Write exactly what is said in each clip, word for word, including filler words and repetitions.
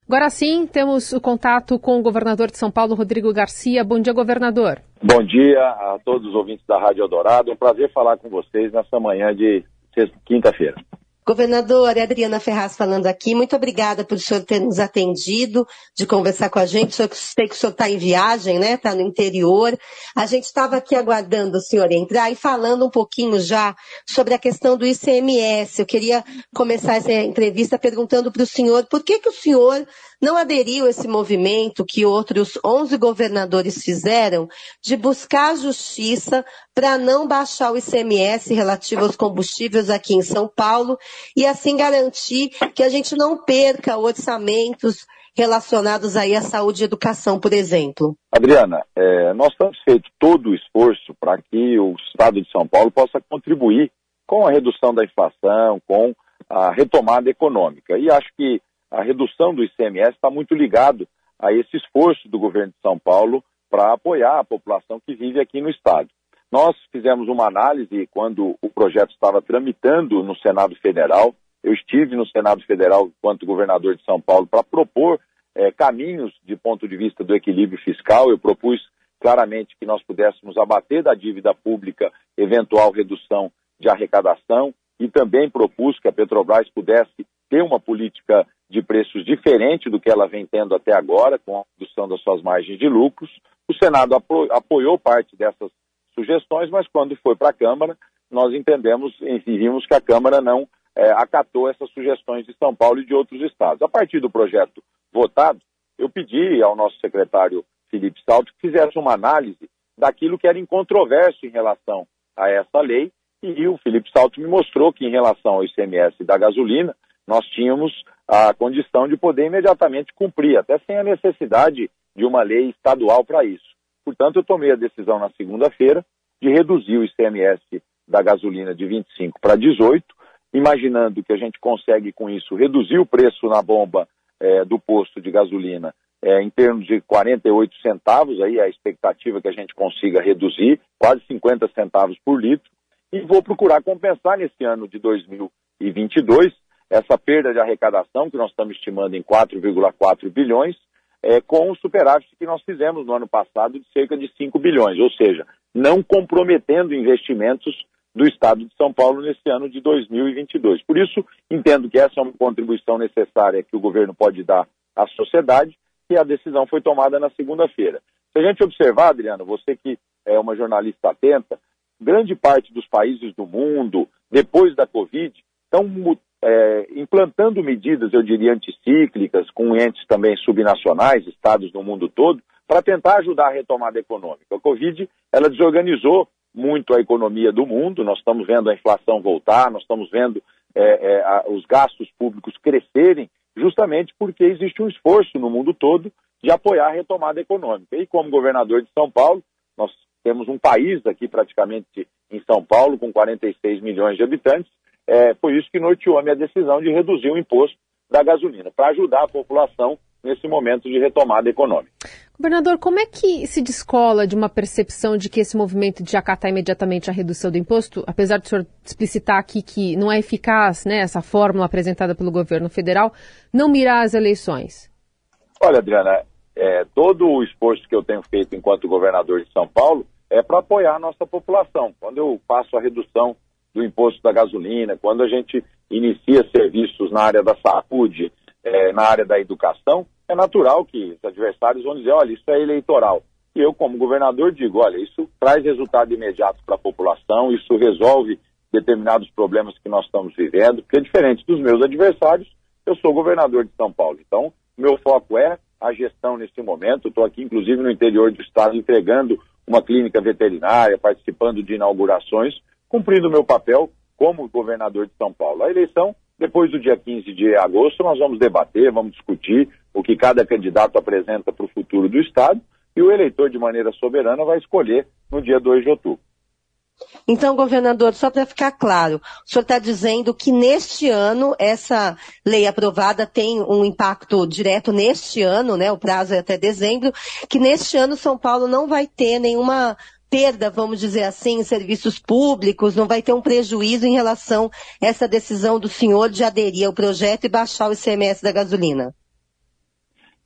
Agora sim, temos o contato com o governador de São Paulo, Rodrigo Garcia. Bom dia, governador. Bom dia a todos os ouvintes da Rádio Eldorado. É um prazer falar com vocês nessa manhã de quinta-feira. Governador, é Adriana Ferraz falando aqui. Muito obrigada por o senhor ter nos atendido, de conversar com a gente. Eu sei que o senhor está em viagem, né? Está no interior. A gente estava aqui aguardando o senhor entrar e falando um pouquinho já sobre a questão do I C M S. Eu queria começar essa entrevista perguntando para o senhor por que, que o senhor não aderiu a esse movimento que outros onze governadores fizeram de buscar a justiça para não baixar o I C M S relativo aos combustíveis aqui em São Paulo e assim garantir que a gente não perca orçamentos relacionados aí à saúde e educação, por exemplo. Adriana, é, nós temos feito todo o esforço para que o Estado de São Paulo possa contribuir com a redução da inflação, com a retomada econômica. E acho que a redução do I C M S está muito ligado a esse esforço do governo de São Paulo para apoiar a população que vive aqui no estado. Nós fizemos uma análise quando o projeto estava tramitando no Senado Federal. Eu estive no Senado Federal enquanto governador de São Paulo para propor eh, caminhos de ponto de vista do equilíbrio fiscal. Eu propus claramente que nós pudéssemos abater da dívida pública eventual redução de arrecadação e também propus que a Petrobras pudesse ter uma política de preços diferente do que ela vem tendo até agora, com a redução das suas margens de lucros. O Senado apo- apoiou parte dessas sugestões, mas quando foi para a Câmara, nós entendemos e vimos que a Câmara não é, acatou essas sugestões de São Paulo e de outros estados. A partir do projeto votado, eu pedi ao nosso secretário Felipe Salto que fizesse uma análise daquilo que era incontroverso em relação a essa lei, e o Felipe Salto me mostrou que em relação ao I C M S da gasolina, nós tínhamos a condição de poder imediatamente cumprir, até sem a necessidade de uma lei estadual para isso. Portanto, eu tomei a decisão na segunda-feira de reduzir o I C M S da gasolina de vinte e cinco para dezoito, imaginando que a gente consegue com isso reduzir o preço na bomba eh, do posto de gasolina eh, em termos de quarenta e oito centavos, aí é a expectativa que a gente consiga reduzir, quase cinquenta centavos por litro, e vou procurar compensar nesse ano de dois mil e vinte e dois essa perda de arrecadação, que nós estamos estimando em quatro vírgula quatro bilhões, é, com o superávit que nós fizemos no ano passado de cerca de cinco bilhões, ou seja, não comprometendo investimentos do Estado de São Paulo nesse ano de dois mil e vinte e dois. Por isso, entendo que essa é uma contribuição necessária que o governo pode dar à sociedade, e a decisão foi tomada na segunda-feira. Se a gente observar, Adriana, você que é uma jornalista atenta, grande parte dos países do mundo, depois da Covid, estão É, implantando medidas, eu diria, anticíclicas, com entes também subnacionais, estados no mundo todo, para tentar ajudar a retomada econômica. A Covid, ela desorganizou muito a economia do mundo, nós estamos vendo a inflação voltar, nós estamos vendo é, é, a, os gastos públicos crescerem, justamente porque existe um esforço no mundo todo de apoiar a retomada econômica. E como governador de São Paulo, nós temos um país aqui praticamente em São Paulo, com quarenta e seis milhões de habitantes. É, foi isso que norteou a minha decisão de reduzir o imposto da gasolina, para ajudar a população nesse momento de retomada econômica. Governador, como é que se descola de uma percepção de que esse movimento de acatar imediatamente a redução do imposto, apesar do senhor explicitar aqui que não é eficaz, né, essa fórmula apresentada pelo governo federal, não mirar as eleições? Olha, Adriana, é, todo o esforço que eu tenho feito enquanto governador de São Paulo é para apoiar a nossa população. Quando eu faço a redução do imposto da gasolina, quando a gente inicia serviços na área da saúde, eh, na área da educação, é natural que os adversários vão dizer, olha, isso é eleitoral. E eu, como governador, digo, olha, isso traz resultado imediato para a população, isso resolve determinados problemas que nós estamos vivendo, porque diferente dos meus adversários, eu sou governador de São Paulo. Então, meu foco é a gestão nesse momento. Estou aqui, inclusive, no interior do estado, entregando uma clínica veterinária, participando de inaugurações, cumprindo o meu papel como governador de São Paulo. A eleição, depois do dia quinze de agosto, nós vamos debater, vamos discutir o que cada candidato apresenta para o futuro do Estado, e o eleitor, de maneira soberana, vai escolher no dia dois de outubro. Então, governador, só para ficar claro, o senhor está dizendo que neste ano essa lei aprovada tem um impacto direto neste ano, né? O prazo é até dezembro, que neste ano São Paulo não vai ter nenhuma perda, vamos dizer assim, em serviços públicos, não vai ter um prejuízo em relação a essa decisão do senhor de aderir ao projeto e baixar o I C M S da gasolina.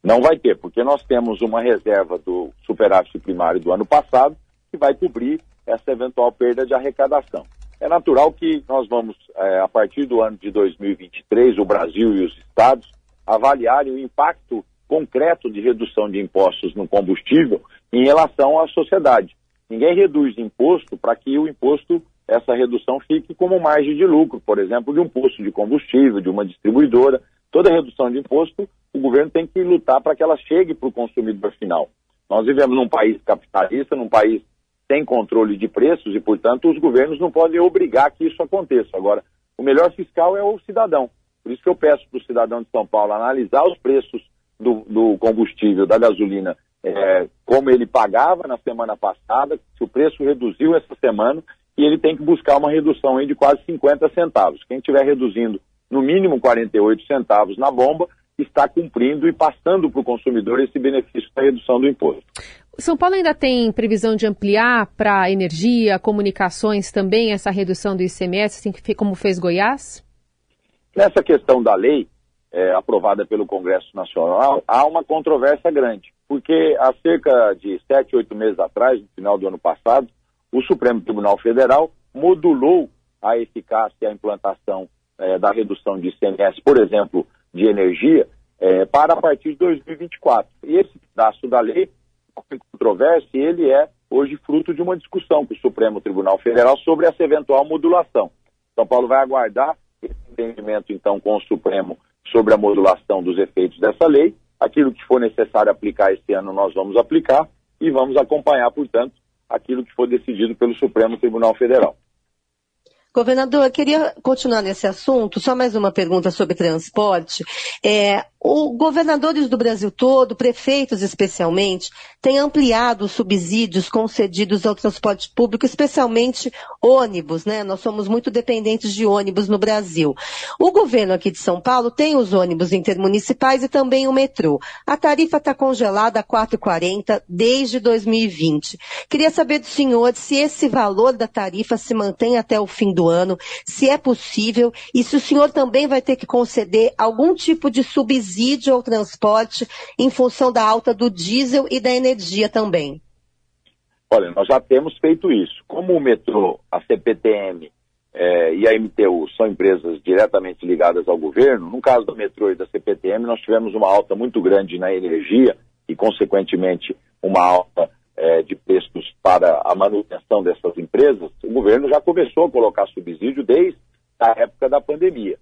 Não vai ter, porque nós temos uma reserva do superávit primário do ano passado que vai cobrir essa eventual perda de arrecadação. É natural que nós vamos, é, a partir do ano de dois mil e vinte e três, o Brasil e os estados avaliarem o impacto concreto de redução de impostos no combustível em relação à sociedade. Ninguém reduz imposto para que o imposto, essa redução fique como margem de lucro, por exemplo, de um posto de combustível, de uma distribuidora. Toda redução de imposto, o governo tem que lutar para que ela chegue para o consumidor final. Nós vivemos num país capitalista, num país sem controle de preços e, portanto, os governos não podem obrigar que isso aconteça. Agora, o melhor fiscal é o cidadão. Por isso que eu peço para o cidadão de São Paulo analisar os preços do, do combustível, da gasolina, é, como ele pagava na semana passada, se o preço reduziu essa semana, e ele tem que buscar uma redução aí de quase cinquenta centavos. Quem estiver reduzindo no mínimo quarenta e oito centavos na bomba, está cumprindo e passando para o consumidor esse benefício da redução do imposto. São Paulo ainda tem previsão de ampliar para energia, comunicações também essa redução do I C M S, assim como fez Goiás? Nessa questão da lei, é, aprovada pelo Congresso Nacional, há uma controvérsia grande, porque há cerca de sete, oito meses atrás, no final do ano passado, o Supremo Tribunal Federal modulou a eficácia e a implantação é, da redução de I C M S, por exemplo, de energia, é, para a partir de dois mil e vinte e quatro. E esse pedaço da lei, em controvérsia, ele é hoje fruto de uma discussão com o Supremo Tribunal Federal sobre essa eventual modulação. São Paulo vai aguardar esse entendimento, então, com o Supremo sobre a modulação dos efeitos dessa lei. Aquilo que for necessário aplicar esse ano, nós vamos aplicar e vamos acompanhar, portanto, aquilo que for decidido pelo Supremo Tribunal Federal. Governador, eu queria continuar nesse assunto, só mais uma pergunta sobre transporte. É, os governadores do Brasil todo, prefeitos especialmente, têm ampliado os subsídios concedidos ao transporte público, especialmente ônibus, né? Nós somos muito dependentes de ônibus no Brasil. O governo aqui de São Paulo tem os ônibus intermunicipais e também o metrô. A tarifa está congelada a quatro reais e quarenta centavos desde dois mil e vinte. Queria saber do senhor se esse valor da tarifa se mantém até o fim do ano, se é possível, e se o senhor também vai ter que conceder algum tipo de subsídio ao transporte em função da alta do diesel e da energia também. Olha, nós já temos feito isso. Como o metrô, a C P T M eh, e a M T U são empresas diretamente ligadas ao governo, no caso do metrô e da C P T M, nós tivemos uma alta muito grande na energia e, consequentemente, uma alta É, de preços para a manutenção dessas empresas. O governo já começou a colocar subsídio desde a época da pandemia.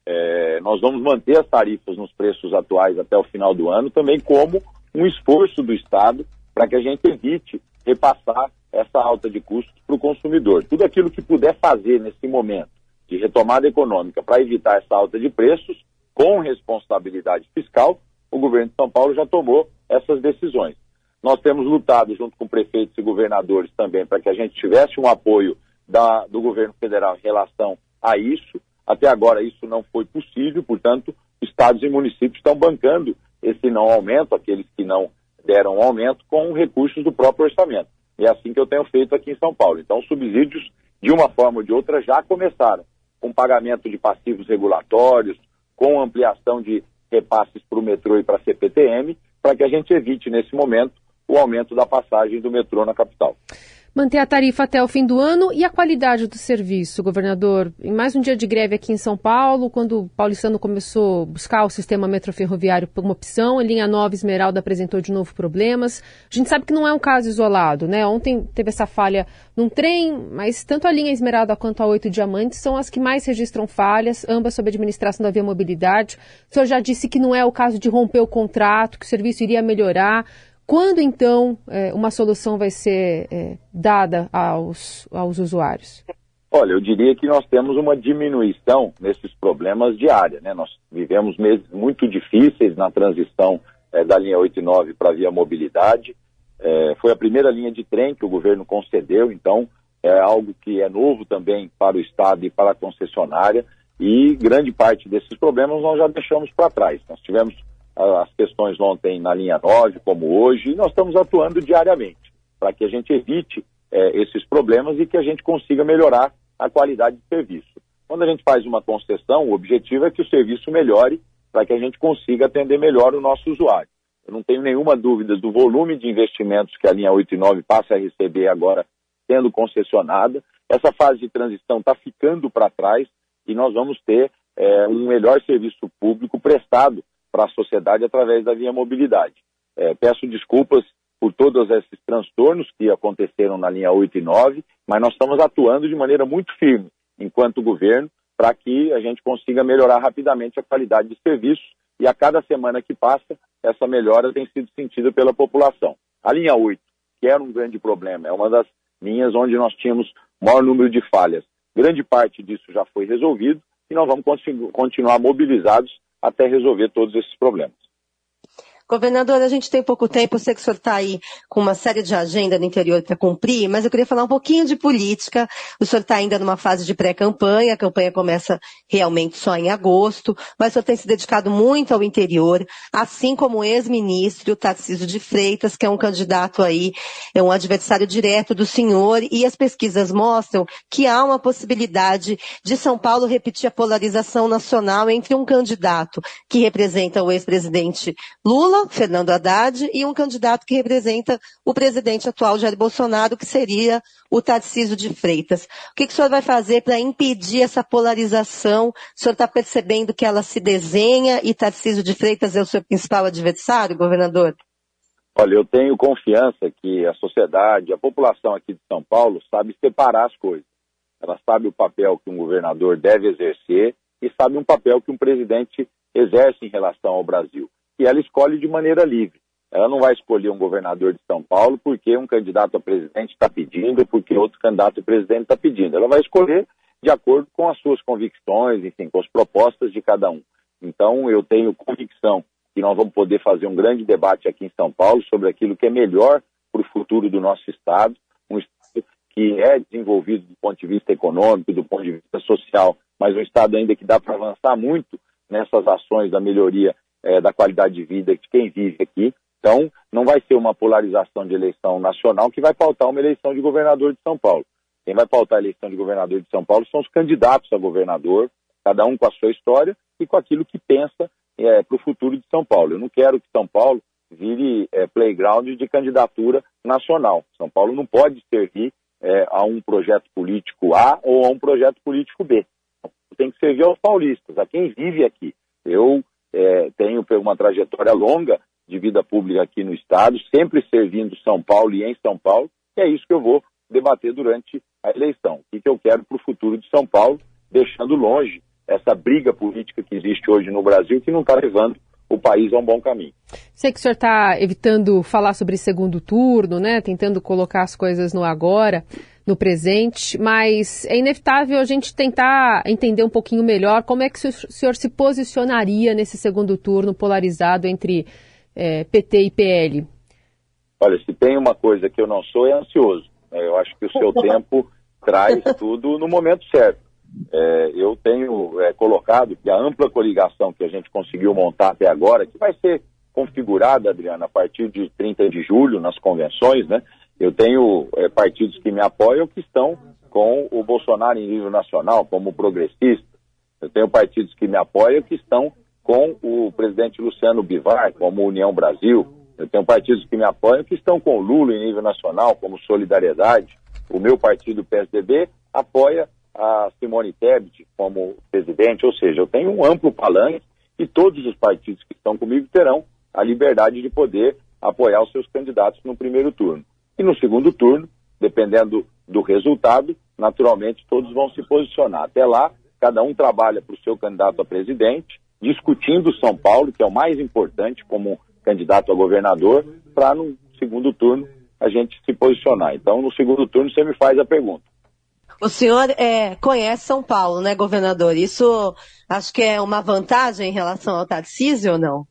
É, nós vamos manter as tarifas nos preços atuais até o final do ano, também como um esforço do Estado para que a gente evite repassar essa alta de custos para o consumidor. Tudo aquilo que puder fazer nesse momento de retomada econômica para evitar essa alta de preços, com responsabilidade fiscal, o governo de São Paulo já tomou essas decisões. Nós temos lutado junto com prefeitos e governadores também para que a gente tivesse um apoio da, do governo federal em relação a isso. Até agora isso não foi possível, portanto, estados e municípios estão bancando esse não aumento, aqueles que não deram aumento, com recursos do próprio orçamento. E é assim que eu tenho feito aqui em São Paulo. Então, os subsídios, de uma forma ou de outra, já começaram, com pagamento de passivos regulatórios, com ampliação de repasses para o metrô e para a C P T M, para que a gente evite, nesse momento, o aumento da passagem do metrô na capital. Manter a tarifa até o fim do ano e a qualidade do serviço, governador. Em mais um dia de greve aqui em São Paulo, quando o paulistano começou a buscar o sistema metroferroviário por uma opção, a linha nove Esmeralda apresentou de novo problemas. A gente sabe que não é um caso isolado, né? Ontem teve essa falha num trem, mas tanto a linha Esmeralda quanto a oito Diamantes são as que mais registram falhas, ambas sob administração da Via Mobilidade. O senhor já disse que não é o caso de romper o contrato, que o serviço iria melhorar. Quando, então, é, uma solução vai ser é, dada aos, aos usuários? Olha, eu diria que nós temos uma diminuição nesses problemas diária, né? Nós vivemos meses muito difíceis na transição é, da linha oito e nove para a Via Mobilidade. É, foi a primeira linha de trem que o governo concedeu, então é algo que é novo também para o Estado e para a concessionária, e grande parte desses problemas nós já deixamos para trás. Nós tivemos as questões ontem na linha nove, como hoje, e nós estamos atuando diariamente para que a gente evite é, esses problemas e que a gente consiga melhorar a qualidade de serviço. Quando a gente faz uma concessão, o objetivo é que o serviço melhore para que a gente consiga atender melhor o nosso usuário. Eu não tenho nenhuma dúvida do volume de investimentos que a linha oito e nove passa a receber agora sendo concessionada. Essa fase de transição está ficando para trás e nós vamos ter é, um melhor serviço público prestado para a sociedade através da Via Mobilidade. É, peço desculpas por todos esses transtornos que aconteceram na linha oito e nove, mas nós estamos atuando de maneira muito firme, enquanto governo, para que a gente consiga melhorar rapidamente a qualidade de serviço, e a cada semana que passa, essa melhora tem sido sentida pela população. A linha oito, que era um grande problema, é uma das linhas onde nós tínhamos maior número de falhas. Grande parte disso já foi resolvido e nós vamos continuar mobilizados até resolver todos esses problemas. Governador, a gente tem pouco tempo, eu sei que o senhor está aí com uma série de agenda no interior para cumprir, mas eu queria falar um pouquinho de política. O senhor está ainda numa fase de pré-campanha, a campanha começa realmente só em agosto, mas o senhor tem se dedicado muito ao interior, assim como o ex-ministro Tarcísio de Freitas, que é um candidato aí, é um adversário direto do senhor, e as pesquisas mostram que há uma possibilidade de São Paulo repetir a polarização nacional entre um candidato que representa o ex-presidente Lula, Fernando Haddad, e um candidato que representa o presidente atual, Jair Bolsonaro, que seria o Tarcísio de Freitas. O que, que o senhor vai fazer para impedir essa polarização? O senhor está percebendo que ela se desenha e Tarcísio de Freitas é o seu principal adversário, governador? Olha, eu tenho confiança que a sociedade, a população aqui de São Paulo sabe separar as coisas. Ela sabe o papel que um governador deve exercer e sabe um papel que um presidente exerce em relação ao Brasil. E ela escolhe de maneira livre. Ela não vai escolher um governador de São Paulo porque um candidato a presidente está pedindo, porque outro candidato a presidente está pedindo. Ela vai escolher de acordo com as suas convicções, enfim, com as propostas de cada um. Então, eu tenho convicção que nós vamos poder fazer um grande debate aqui em São Paulo sobre aquilo que é melhor para o futuro do nosso Estado, um Estado que é desenvolvido do ponto de vista econômico, do ponto de vista social, mas um Estado ainda que dá para avançar muito nessas ações da melhoria É, da qualidade de vida de quem vive aqui. Então, não vai ser uma polarização de eleição nacional que vai pautar uma eleição de governador de São Paulo. Quem vai pautar a eleição de governador de São Paulo são os candidatos a governador, cada um com a sua história e com aquilo que pensa é, para o futuro de São Paulo. Eu não quero que São Paulo vire é, playground de candidatura nacional. São Paulo não pode servir é, a um projeto político A ou a um projeto político B. Tem que servir aos paulistas, a quem vive aqui. Eu É, tenho uma trajetória longa de vida pública aqui no Estado, sempre servindo São Paulo e em São Paulo, e é isso que eu vou debater durante a eleição. O que, que eu quero para o futuro de São Paulo, deixando longe essa briga política que existe hoje no Brasil, que não está levando o país a um bom caminho. Sei que o senhor está evitando falar sobre segundo turno, né? Tentando colocar as coisas no agora, no presente, mas é inevitável a gente tentar entender um pouquinho melhor como é que o senhor se posicionaria nesse segundo turno polarizado entre é, P T e P L. Olha, se tem uma coisa que eu não sou, é ansioso. Eu acho que o seu tempo traz tudo no momento certo. É, eu tenho é, colocado que a ampla coligação que a gente conseguiu montar até agora, que vai ser configurada, Adriana, a partir de trinta de julho nas convenções, né? Eu tenho é, partidos que me apoiam que estão com o Bolsonaro em nível nacional, como progressista. Eu tenho partidos que me apoiam que estão com o presidente Luciano Bivar, como União Brasil. Eu tenho partidos que me apoiam que estão com o Lula em nível nacional, como Solidariedade. O meu partido, o P S D B, apoia a Simone Tebet como presidente, ou seja, eu tenho um amplo palanque e todos os partidos que estão comigo terão a liberdade de poder apoiar os seus candidatos no primeiro turno. E no segundo turno, dependendo do resultado, naturalmente todos vão se posicionar. Até lá, cada um trabalha para o seu candidato a presidente, discutindo São Paulo, que é o mais importante como candidato a governador, para no segundo turno a gente se posicionar. Então, no segundo turno, você me faz a pergunta. O senhor é, conhece São Paulo, né, governador? Isso acho que é uma vantagem em relação ao Tarcísio ou não?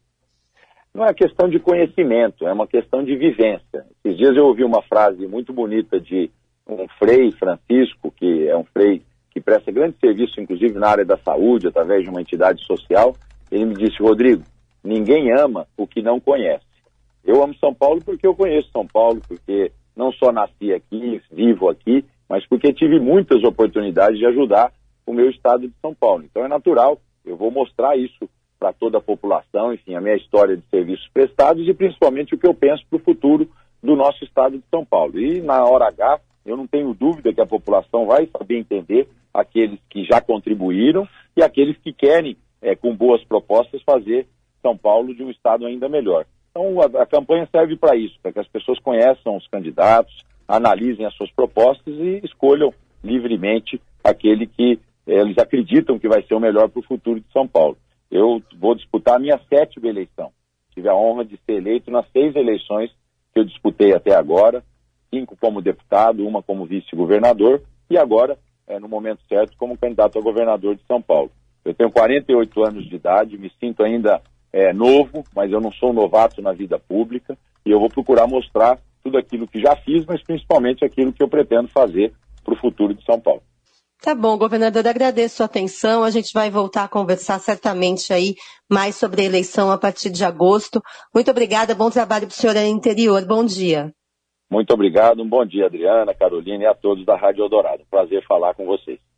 Não é questão de conhecimento, é uma questão de vivência. Esses dias eu ouvi uma frase muito bonita de um frei Francisco, que é um frei que presta grande serviço, inclusive na área da saúde, através de uma entidade social. Ele me disse: Rodrigo, ninguém ama o que não conhece. Eu amo São Paulo porque eu conheço São Paulo, porque não só nasci aqui, vivo aqui, mas porque tive muitas oportunidades de ajudar o meu estado de São Paulo. Então é natural, eu vou mostrar isso para toda a população, enfim, a minha história de serviços prestados e principalmente o que eu penso para o futuro do nosso estado de São Paulo. E na hora H, eu não tenho dúvida que a população vai saber entender aqueles que já contribuíram e aqueles que querem, é, com boas propostas, fazer São Paulo de um estado ainda melhor. Então a, a campanha serve para isso, para que as pessoas conheçam os candidatos, analisem as suas propostas e escolham livremente aquele que é, eles acreditam que vai ser o melhor para o futuro de São Paulo. Eu vou disputar a minha sétima eleição. Tive a honra de ser eleito nas seis eleições que eu disputei até agora, cinco como deputado, uma como vice-governador e agora, é, no momento certo, como candidato a governador de São Paulo. Eu tenho quarenta e oito anos de idade, me sinto ainda é, novo, mas eu não sou novato na vida pública e eu vou procurar mostrar tudo aquilo que já fiz, mas principalmente aquilo que eu pretendo fazer para o futuro de São Paulo. Tá bom, governador, agradeço a sua atenção. A gente vai voltar a conversar certamente aí mais sobre a eleição a partir de agosto. Muito obrigada, bom trabalho para o senhor aí no interior. Bom dia. Muito obrigado, um bom dia, Adriana, Carolina e a todos da Rádio Eldorado. Prazer falar com vocês.